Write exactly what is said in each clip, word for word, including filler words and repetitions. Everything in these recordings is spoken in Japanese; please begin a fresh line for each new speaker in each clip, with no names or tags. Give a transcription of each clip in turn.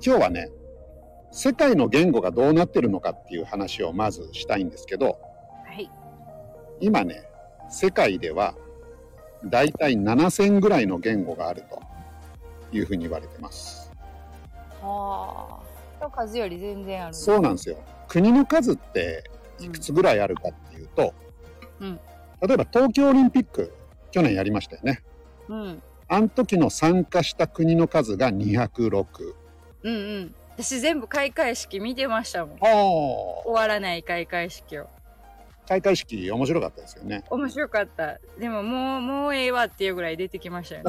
今日はね、世界の言語がどうなってるのかっていう話をまずしたいんですけど、
はい、
今ね、世界ではだいたいななせんぐらいの言語があるというふうに言われてます。
はあ、の数より全然ある。
そうなんですよ。国の数っていくつぐらいあるかっていうと、うん、例えば東京オリンピック去年やりましたよね。うん、あの時の参加した国の数がにひゃくろく。
うんうん。私全部開会式見てましたもん。終わらない開会式を。
開会式面白かったですよね。
面白かった。でももうもうええわっていうぐらい出てきましたよね。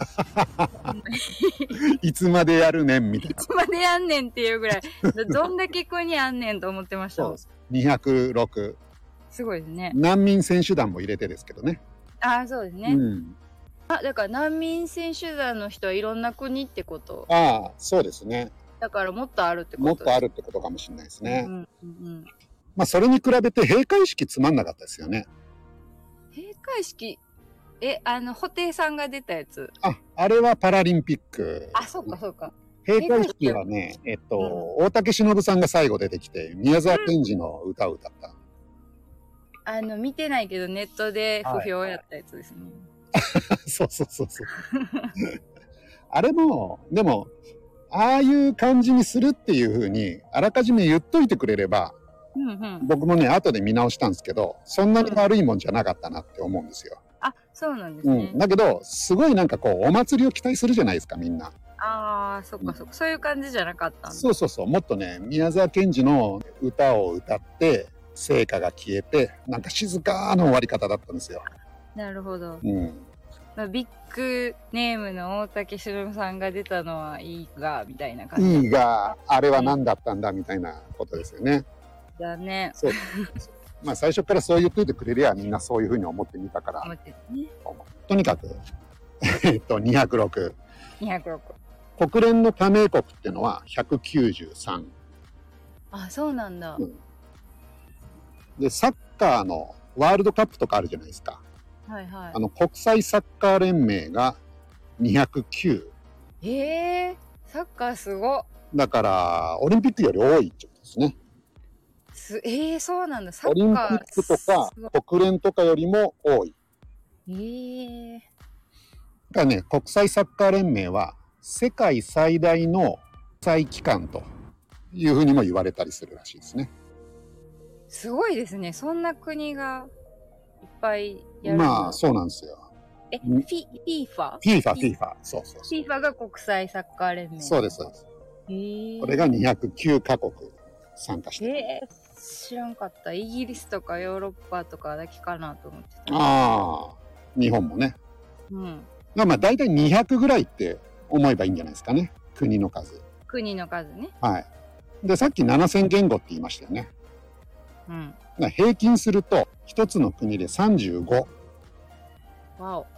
いつまでやるねんみたいな。い
つまでやんねんっていうぐらい、どんだけ国あんねんと思ってました。そうです。
にひゃくろく。
すごいですね。
難民選手団も入れてですけどね。
ああ、そうですね。うん、あ、だから難民選手団の人はいろんな国ってこと。
ああ、そうですね。
だからもっとあるってこと。
もっとあるってことかもしれないですね。うんうん
うん、
まあそれに比べて閉会式つまんなかったですよね。
閉会式、え、あの布袋さんが出たやつ。
あ、あれはパラリンピック。
あ、そうかそうか。
閉会式はね、えっと、うん、大竹しのぶさんが最後出てきて宮沢賢治の歌を歌った。うん、
あの見てないけどネットで不評やったやつですね。
はい、そうそうそうそう。あれもでもああいう感じにするっていう風にあらかじめ言っといてくれれば、うんうん、僕もね後で見直したんですけど、そんなに悪いもんじゃなかったなって思うんですよ。
あ、そうなんですね。
うん、だけどすごいなんかこうお祭りを期待するじゃないですかみんな。
ああ、そっかそっか、うん、そういう感じじゃなかったんだ。
そうそうそう、もっとね宮沢賢治の歌を歌って聖歌が消えてなんか静かな終わり方だったんですよ。
なるほど。
うん。
まあ、ビッグネームの大竹しのぶさんが出たのはいいがみたいな感じ。
いいがあれは何だったんだみたいなことですよね。
だね。
そう。まあ最初からそう言っといてくれりゃみんなそういうふうに思ってみたから。
思ってね、
とにかくえっとにひゃくろく。
にひゃくろく。
国連の加盟国っていうのはひゃくきゅうじゅうさん。
あ、そうなんだ。うん、
でサッカーのワールドカップとかあるじゃないですか。
はいはい。
あの国際サッカー連盟がにひゃくきゅう。
えー、サッカーすごっ。
だからオリンピックより多いってことですね。
すえー、そうなんだ。サッカー
オリンピックとか国連とかよりも多い。
えー、
だからね、国際サッカー連盟は世界最大の国際機関というふうにも言われたりするらしいですね。
すごいですね。そんな国がいっぱいやる。
まあそうなんですよ。
え、フィ、フィーファ？
フィーファ、フィーファ。そうそうそう。
フィーファ が国際サッカー連盟。
そうです、そうです。
へー。
これがにひゃくきゅうカ国参加してる。
えー、知らんかった。イギリスとかヨーロッパとかだけかなと思ってた。
ああ、日本もね。
うん。
まあ大体にひゃくぐらいって思えばいいんじゃないですかね。国の数。
国の数ね。
はい。で、さっきななせん言語って言いましたよね。
うん。
平均すると一つの国でさんじゅうご。
わお。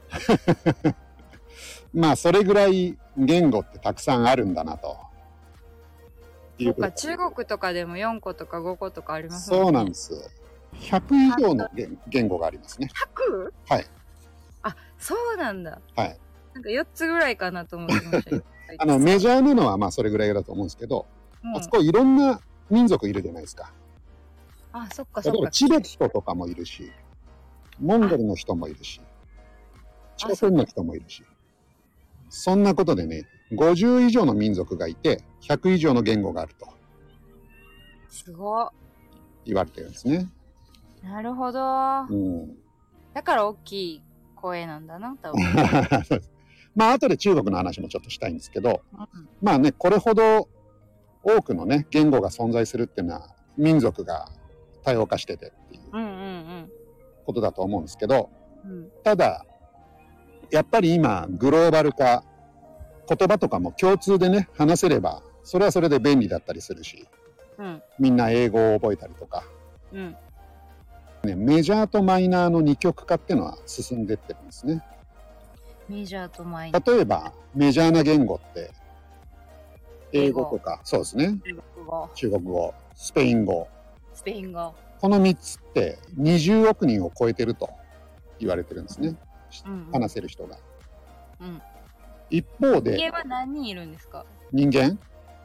まあそれぐらい言語ってたくさんあるんだなと。
そうか、中国とかでもよんことかごことかありますもんね。
そうなんです。ひゃく以上の言語がありますね。
ひゃく？
はい。
あ、そうなんだ。
はい。
なんかよっつぐらいかなと思ってましたよ。
あのメジャーなのはまあそれぐらいだと思うんですけど、うん、あそこいろんな民族いるじゃないですか。
あ、そっかそっか。
例えばチベットとかもいるし、モンゴルの人もいるし、朝鮮の人もいるし、そんなことでね、ごじゅう以上の民族がいて、ひゃく以上の言語があると。
すごっ。
言われてるんですね。
なるほど。
うん。
だから大きい声なんだな、多分。
まあ後で中国の話もちょっとしたいんですけど、うん、まあね、これほど多くのね、言語が存在するっていうのは、民族が多様化しててっていうことだと思うんですけど、うんうんうん、ただ、やっぱり今グローバル化、言葉とかも共通でね話せればそれはそれで便利だったりするし、うん、みんな英語を覚えたりとか、うんね、メジャーとマイナーの二極化っていうのは進んでってるんですね。
メジャーとマイナ
ー、例えばメジャーな言語って英語とか、そうですね、
中国語、
中国語、スペイン語、
スペイン語、
このみっつってにじゅうおく人を超えてると言われてるんですね、うんうん、話せる人が、うん、一方で
人間は何人いるんですか？
人間、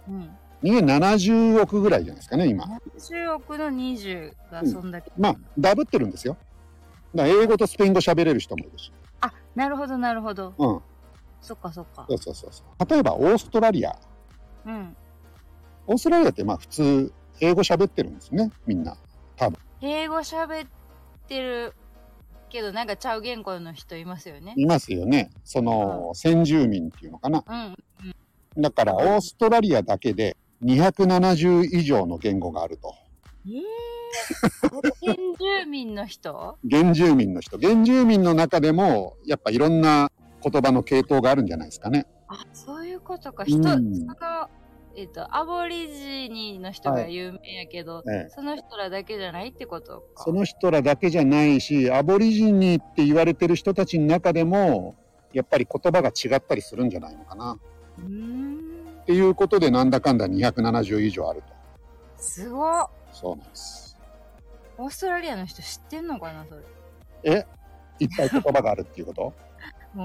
うん。
人間ななじゅうおくぐらいじゃないですかね、今。
ななじゅうおくのにじゅうがそんだけ。
うん、まあ、ダブってるんですよ。だから英語とスペイン語喋れる人もいるし。
あ、なるほど、なるほど。
うん。
そっかそっか。
そうそうそうそう。例えば、オーストラリア。
うん。
オーストラリアってまあ普通、英語喋ってるんですね、みんな。多分。
英語喋ってるけど、なんかちゃう言語の人いますよね。
いますよね。その、うん、先住民っていうのかな。
うん。
うん、だから、オーストラリアだけでにひゃくななじゅう以上の言語があると。
えー、原住民の人
原住民の人。原住民の中でも、やっぱいろんな言葉の系統があるんじゃないですかね。
あ、そういうことか。人、うん、その、えっと、アボリジニの人が有名やけど、はい、ええ、その人らだけじゃないってことか。
その人らだけじゃないし、アボリジニって言われてる人たちの中でも、やっぱり言葉が違ったりするんじゃないのかな。
うーん。
っていうことで、なんだかんだにひゃくななじゅう以上あると。
すごっ。
そうなんです。
オーストラリアの人知ってんのかな、それ。
え、いっぱい言葉があるっていうこと？
うん。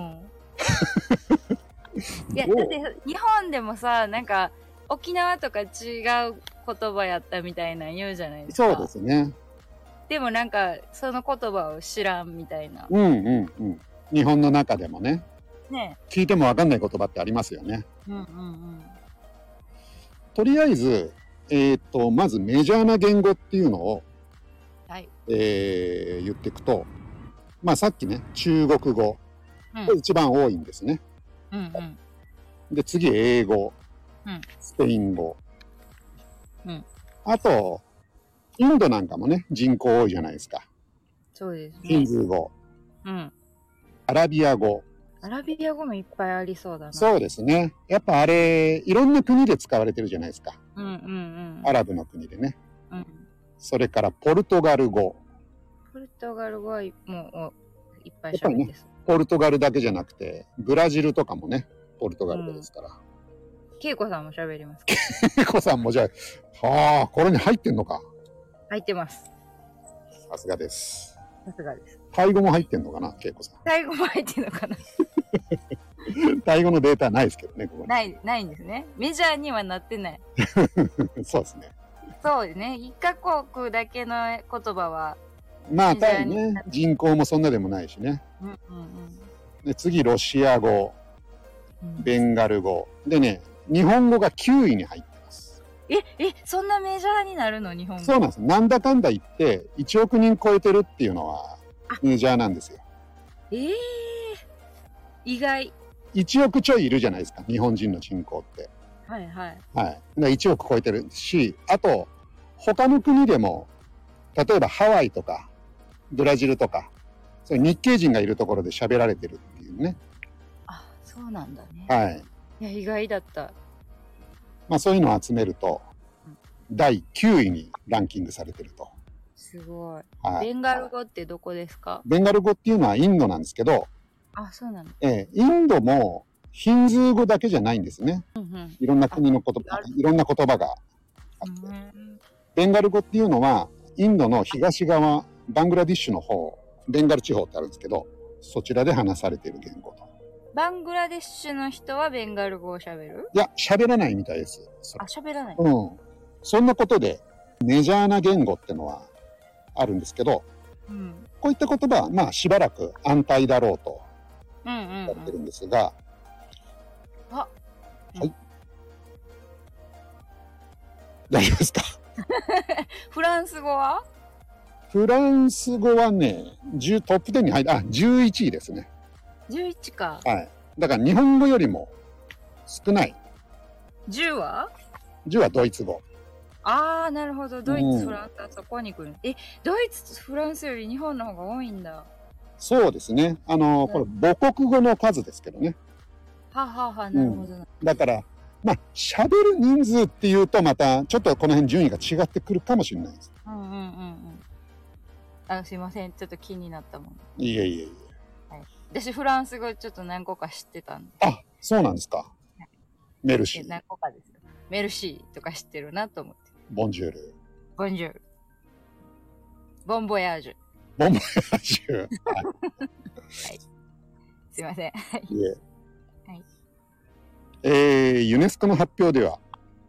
いや、だって日本でもさ、なんか沖縄とか違う言葉やったみたいな言うじゃないですか。
そうですね。
でもなんかその言葉を知らんみたいな。
うんうんうん。日本の中でもね。
ね。
聞いてもわかんない言葉ってありますよね。
うんうんうん。
とりあえず、えっと、まずメジャーな言語っていうのを、
はい。
えー、言っていくと、まあさっきね、中国語が一番多いんですね。
うんうん。
で、次、英語、
うん、
スペイン語。
うん。
あと、インドなんかもね、人口多いじゃないですか。
そうですね。
ヒンズー語。
うん。
アラビア語。
アラビア語もいっぱいありそうだな。
そうですね。やっぱあれ、いろんな国で使われてるじゃないですか。
うんうんうん。
アラブの国でね。
うん。
それから、ポルトガル語。
ポルトガル語はもういっぱい喋ってそう。
ポルトガルだけじゃなくて、ブラジルとかもね、ポルトガル語ですから。
けいこさんも喋りますか？
けいこさんもじゃあ、はあ、これに入ってんのか。
入ってます。
さすがです。
さすがです。
タイ語も入ってんのかな、けいこさん。
タイ語も入ってんのかな。
タイ語のデータないですけどね、ここに。
ない、ないんですね。メジャーにはなってない。
そうですね。
そうですね。一カ国だけの言葉は。
まあ、タイね、人口もそんなでもないしね。
うんうんうん。
で、次、ロシア語、ベンガル語。でね、日本語がきゅういに入ってます。
え、え、そんなメジャーになるの？日本語。
そうなんです。なんだかんだ言って、いちおくにん超えてるっていうのはメジャーなんですよ。
ええー、意外。
いちおくちょいいるじゃないですか、日本人の人口って。
はいはい。
はい。いちおく超えてるし、あと、他の国でも、例えばハワイとか、ブラジルとか、そういう日系人がいるところで喋られてるっていうね。
あ、そうなんだね。
はい。
いや、意外だった。
まあそういうのを集めると、うん、だいきゅういにランキングされてると。
すごい。
はい。
ベンガル語ってどこですか？
ベンガル語っていうのはインドなんですけど、
あ、そうなの。
ええ、インドもヒンズー語だけじゃないんですね。
うんうん、
いろんな国の言葉、いろんな言葉があって、うん。ベンガル語っていうのは、インドの東側、バングラディッシュの方、ベンガル地方ってあるんですけど、そちらで話されている言語と。
バングラディッシュの人はベンガル語を喋る？
いや、喋らないみたいです。
あ、喋らない。
うん。そんなことで、メジャーな言語ってのはあるんですけど、うん、こういった言葉は、まあ、しばらく安泰だろうと言われてるんですが、
うんうんうん、あ、
はい。大丈夫ですか？
フランス語は？
フランス語はね、トップじゅうに入って、あ、じゅういちいですね。
じゅういちか。
はい。だから日本語よりも少ない。
じゅうは？
じゅう はドイツ語。
ああ、なるほど。ドイツ、フランスはそこに来る。え、ドイツ、フランスより日本の方が多いんだ。
そうですね。あの、これ母国語の数ですけどね。
ははは、なるほど、うん。
だから、まあ、喋る人数っていうとまた、ちょっとこの辺順位が違ってくるかもしれないです。
うんうんうんうん。あ、すいません。ちょっと気になったもん。
いえいえい
え。はい。私、フランス語ちょっと何個か知ってたんで。
あ、そうなんですか。メルシー。
何個かです。メルシーとか知ってるなと思って。
ボンジュール。
ボンジュール。ボンボヤージュ。
ボンボヤージュ。はい。はい。
すいません。はい。
いえ。はい。えー、ユネスコの発表では、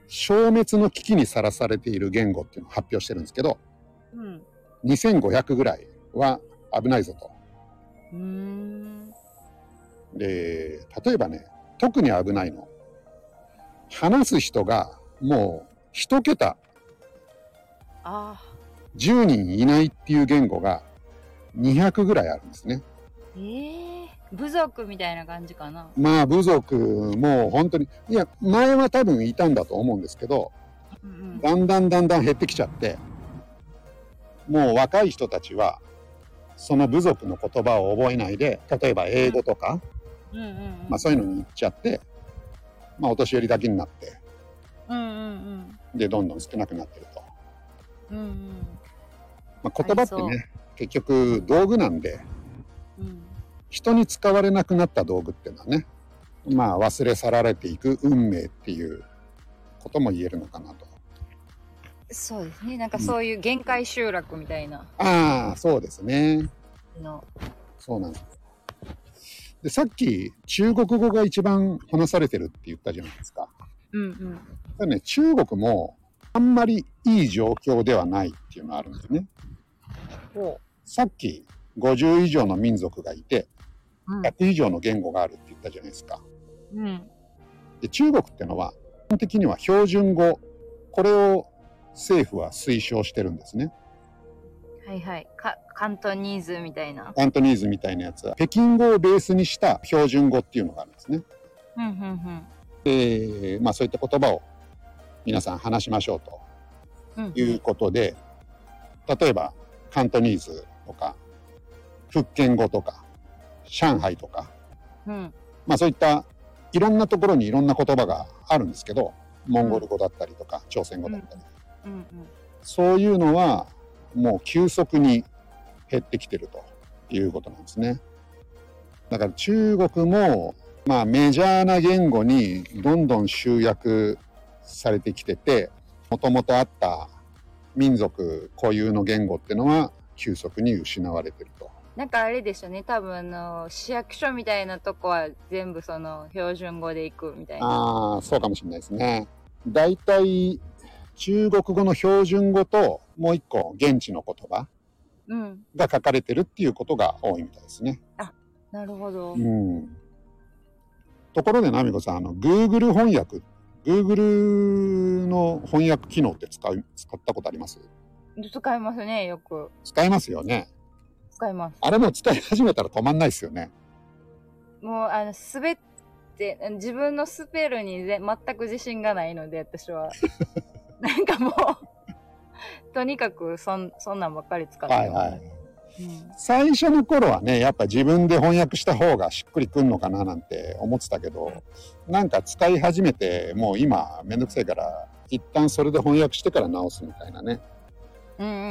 消滅の危機にさらされている言語っていうのを発表してるんですけど、うん、にせんごひゃくぐらいは危ないぞと。うーんで、例えばね、特に危ないの。話す人がもう一桁、あじゅうにんいないっていう言語がにひゃくぐらいあるんですね。
えー、部族みたいな感じかな。
まあ部族も本当に、いや、前は多分いたんだと思うんですけど、うんうん、だんだんだんだん減ってきちゃって、もう若い人たちはその部族の言葉を覚えないで、例えば英語とか、うんうんうん、まあそういうのに行っちゃって、まあお年寄りだけになって、うんうんうん、でどんどん少なくなってると。うんうん、まあ、言葉ってね、結局道具なんで、うん、人に使われなくなった道具っていうのはね、まあ忘れ去られていく運命っていうことも言えるのかなと。
そうですね、なんかそういう限界集落みたいな。うん、
ああ、そうですね。のそうなんです。で、さっき中国語が一番話されてるって言ったじゃないですか。うんうん。だね、中国もあんまりいい状況ではないっていうのがあるんですね。さっきごじゅう以上の民族がいて、ひゃく以上の言語があるって言ったじゃないですか。うん、で中国ってのは基本的には標準語、これを政府は推奨してるんですね。はいはい。かカントニーズみたいな。カントニーズみたいなやつは北京語をベースにした標準語っていうのがあるんですね。うんうんうん。で、まあそういった言葉を皆さん話しましょうということで、うんうん、例えばカントニーズとか福建語とか上海とか、うん、まあそういったいろんなところにいろんな言葉があるんですけど、モンゴル語だったりとか朝鮮語だったり、うんうんうん、そういうのはもう急速に減ってきてるということなんですね。だから中国もまあメジャーな言語にどんどん集約されてきてて、もともとあった民族固有の言語っていうのは急速に失われてると。なんかあれでしょうね、多分あの市役所みたいなとこは全部その標準語でいくみたいな。ああ、そうかもしれないですね。だいたい中国語の標準語ともう一個現地の言葉が書かれてるっていうことが多いみたいですね。うん、あ、なるほど。うん。ところでナミコさん、あの Google 翻訳、Google の翻訳機能って使い使ったことあります？使いますね、よく。使いますよね。使います。あれも使い始めたら止まんないですよね。もうあの滑って自分のスペルに全く自信がないので、私はなんかもうとにかくそんそんなんばっかり使ってます。はいはい。うん、最初の頃はね、やっぱ自分で翻訳した方がしっくりくんのかななんて思ってたけど、なんか使い始めてもう今めんどくさいから一旦それで翻訳してから直すみたいなね。うんうんうん、うん、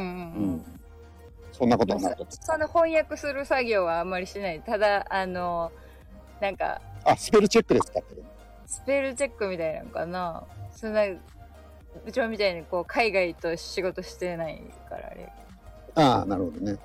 そんなことはないと。その翻訳する作業はあんまりしない。ただあのなんかあスペルチェックで使ってる。スペルチェックみたいなのかな。そんなうちみたいにこう海外と仕事してないからあれ。ああ、なるほどね。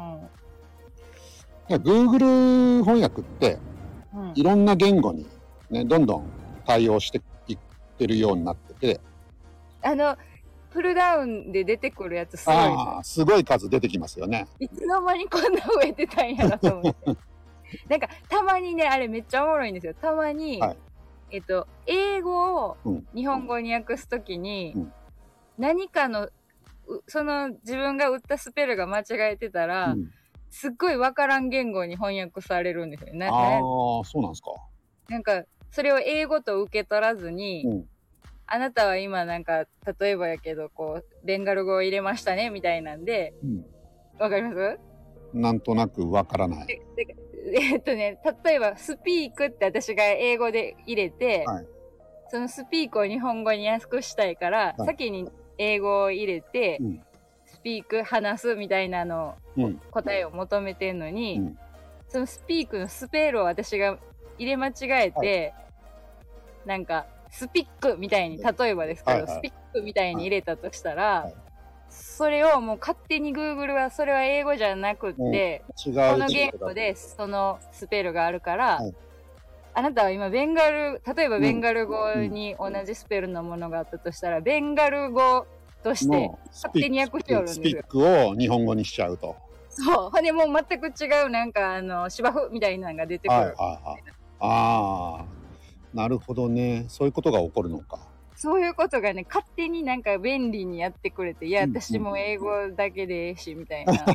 うん、Google 翻訳って、うん、いろんな言語に、ね、どんどん対応していってるようになってて、あのプルダウンで出てくるやつすごいです。ああ、すごい数出てきますよね。いつの間にこんな増えてたんやなと思ってなんかたまにね、あれめっちゃおもろいんですよ。たまに、はい、えっと英語を日本語に訳すときに、うん、何かのその自分が打ったスペルが間違えてたら、うん、すっごい分からん言語に翻訳されるんですよね。ああ、そうなんですか。なんかそれを英語と受け取らずに、うん、あなたは今なんか例えばやけどこうベンガル語を入れましたねみたいなんで、わ、うん、かります？なんとなくわからない。えっとね、例えばスピークって私が英語で入れて、はい、そのスピークを日本語に訳したいから、はい、先に英語を入れて、うん、スピーク話すみたいなの、うん、答えを求めてんのに、うん、そのスピークのスペルを私が入れ間違えて、はい、なんかスピックみたいに、例えばですけど、はいはい、スピックみたいに入れたとしたら、はい、それをもう勝手に Google はそれは英語じゃなくって、この言語でそのスペルがあるから、はい、
あなたは今ベンガル、例えばベンガル語に同じスペルのものがあったとしたら、うん、ベンガル語として勝手に訳しておるんですよ。
スピックを日本語にしちゃうと。
そう。ほんでもう全く違うなんかあの芝生みたいなのが出てくる。はいはいはい。
ああ、なるほどね。そういうことが起こるのか。
そういうことがね、勝手になんか便利にやってくれて、いや、私も英語だけでええし、みたいな。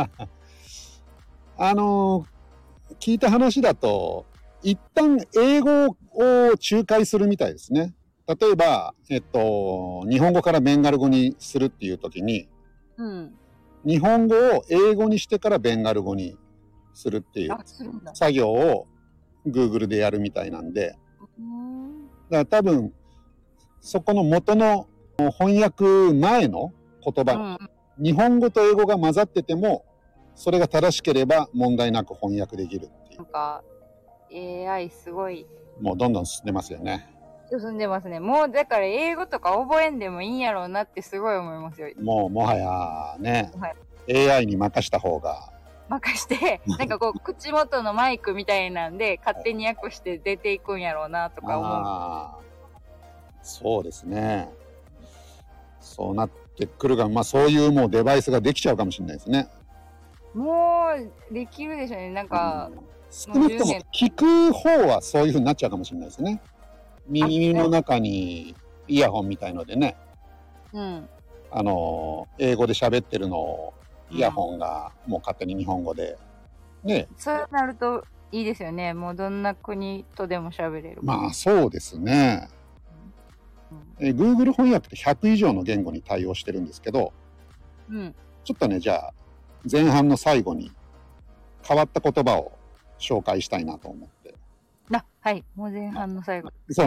あのー、聞いた話だと、一旦英語を仲介するみたいですね。例えば、えっと、日本語からベンガル語にするっていう時に、うん、日本語を英語にしてからベンガル語にするっていう作業を Google でやるみたいなんで、だから多分、そこの元の翻訳前の言葉、うん、日本語と英語が混ざってても、それが正しければ問題なく翻訳できるっていう。
なんか エーアイ すごい。
もうどんどん進んでますよね。
進んでますね。もうだから英語とか覚えんでもいいんやろうなってすごい思いますよ。
もうもはやね、はい、エーアイ に任した方が。
任して、なんかこう口元のマイクみたいなんで勝手に訳して出ていくんやろうなとか思う。あ、
そうですね。そうなってくるが、まあそういうもうデバイスができちゃうかもしれないですね。
もうできるでしょうね。なんか、うん、
少なくとも聞く方はそういう風になっちゃうかもしれないですね。耳の中にイヤホンみたいのでね、うん、あの英語で喋ってるのをイヤホンがもう勝手に日本語で、
うん、ね。そうなるといいですよね。もうどんな国とでも喋れる。
まあそうですね。うん、え Google 翻訳ってひゃく以上の言語に対応してるんですけど、うん、ちょっとねじゃあ前半の最後に変わった言葉を紹介したいなと思って。
あ、はい。もう前半の最後。
そう。
はい、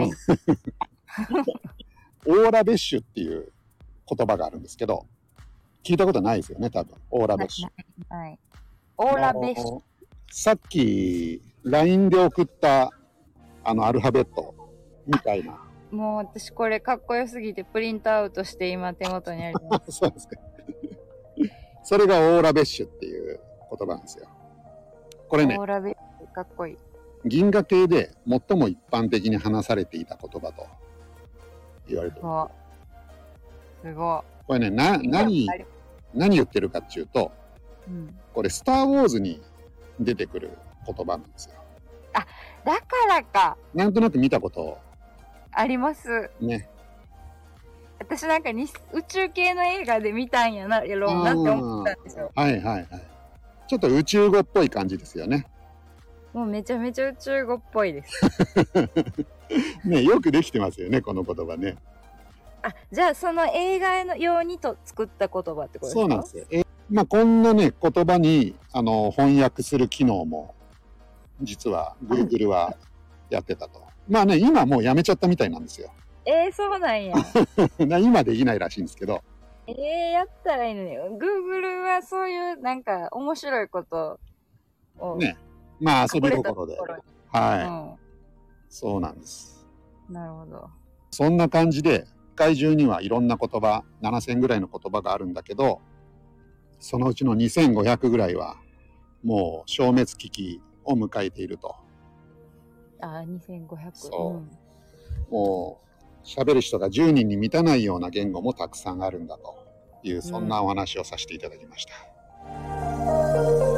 オーラベッシュっていう言葉があるんですけど、聞いたことないですよね、多分。オーラベッシュ。
はい。オーラベッシュ。
さっき ライン で送ったあのアルファベットみたいな。
もう私これかっこよすぎてプリントアウトして今手元にあります。
そうですか。それがオーラベッシュっていう言葉なんですよ。これね。
オーラベッシュかっこいい。
銀河系で最も一般的に話されていた言葉と言われてる。
すごい。
これね、な、何、何言ってるかっていうと、うん、これスター・ウォーズに出てくる言葉なんですよ。
あ、だからか。
なんとなく見たこと
あります。ね。私なんかに宇宙系の映画で見たんやな、やろうなって思ったんですよ。
はいはいはい。ちょっと宇宙語っぽい感じですよね。
もうめちゃめちゃ宇宙語っぽいです。
ね、よくできてますよね、この言葉ね。
あ、じゃあその映画のようにと作った言葉ってことですか？
そうなんですよ。え、まあこんなね、言葉にあの翻訳する機能も実は Google はやってたと。まあね、今もうやめちゃったみたいなんですよ。
えー、そうなんや。
今できないらしいんですけど。
えー、やったらいいのに。Google はそういうなんか面白いことを。
ね。まあ遊び心で。はい、うん。そうなんです。
なるほど。
そんな感じで、世界中にはいろんな言葉、ななせんぐらいの言葉があるんだけど、そのうちのにせんごひゃくぐらいは、もう消滅危機を迎えていると。
ああ、にせんごひゃく。
そう。うん、もう、喋る人がじゅうにんに満たないような言語もたくさんあるんだという、そんなお話をさせていただきました。うん。